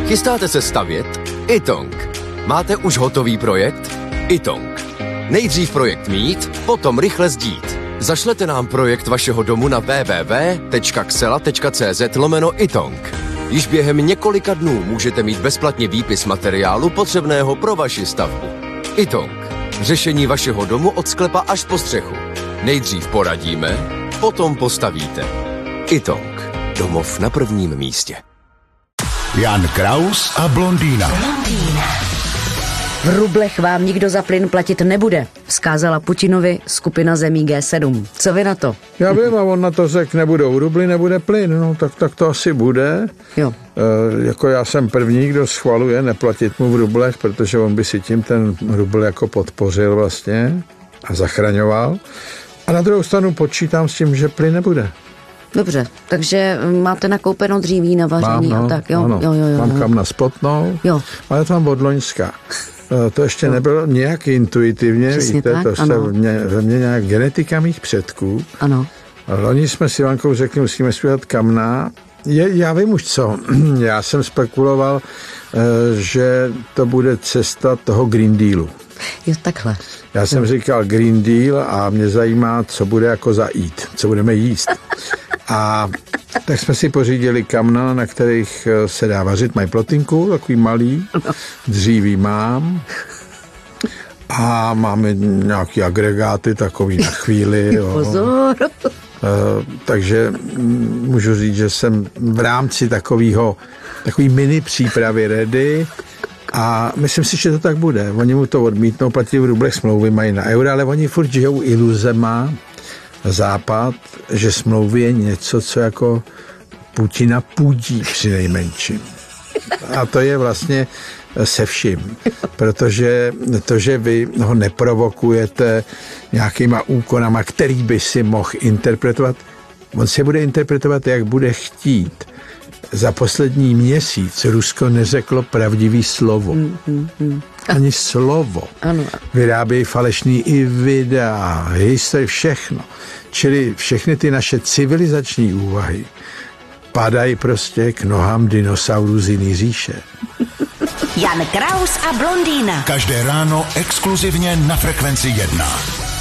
Chystáte se stavět? iTong. Máte už hotový projekt? iTong. Nejdřív projekt mít, potom rychle sdít. Zašlete nám projekt vašeho domu na www.xela.cz/iTong. Již během několika dnů můžete mít bezplatně výpis materiálu potřebného pro vaši stavbu. iTong. Řešení vašeho domu od sklepa až po střechu. Nejdřív poradíme, potom postavíte. iTong. Domov na prvním místě. Jan Kraus a blondýna. V rublech vám nikdo za plyn platit nebude, vzkázala Putinovi skupina zemí G7. Co vy na to? Já vím, a on na to řekl, nebudou rubly, nebude plyn, no tak to asi bude. Jo. Jako já jsem první, kdo schvaluje neplatit mu v rublech, protože on by si tím ten rubl jako podpořil vlastně a zachraňoval. A na druhou stranu počítám s tím, že plyn nebude. Dobře, takže máte nakoupeno dříví na vaření Mám, a tak, jo? Ano. Jo. Mám kam na spotnou, Jo. ale to mám od loňska. To ještě nebylo nějak intuitivně, přesně víte, tak, to se ve mně nějak genetika mých předků. Ano. Loni jsme s Ivankou řekli, musíme zpívat kamna. Já vím už co. Já jsem spekuloval, že to bude cesta toho Green Dealu. Jo, takhle. Já jsem říkal Green Deal a mě zajímá, co bude jako zajít, co budeme jíst. A tak jsme si pořídili kamna, na kterých se dá vařit. Mají plotinku, takový malý, dříví mám. A máme nějaký agregáty, takový na chvíli. Jo. Pozor. Takže můžu říct, že jsem v rámci takový mini přípravy ready a myslím si, že to tak bude. Oni mu to odmítnou, platí v rublech, smlouvy mají na euro, ale oni furt žijou iluzema Západ, že smlouvy je něco, co jako Putina pudí při nejmenším. A to je vlastně se vším, protože to, že vy ho neprovokujete nějakýma úkonama, který by si mohl interpretovat, on se bude interpretovat, jak bude chtít. Za poslední měsíc Rusko neřeklo pravdivý slovo. Ani slovo. Ano. Vyrábějí falešný i videa, historii, všechno. Čili všechny ty naše civilizační úvahy padají prostě k nohám dinosaurů z jiný říše. Jan Kraus a blondýna. Každé ráno exkluzivně na Frekvenci 1.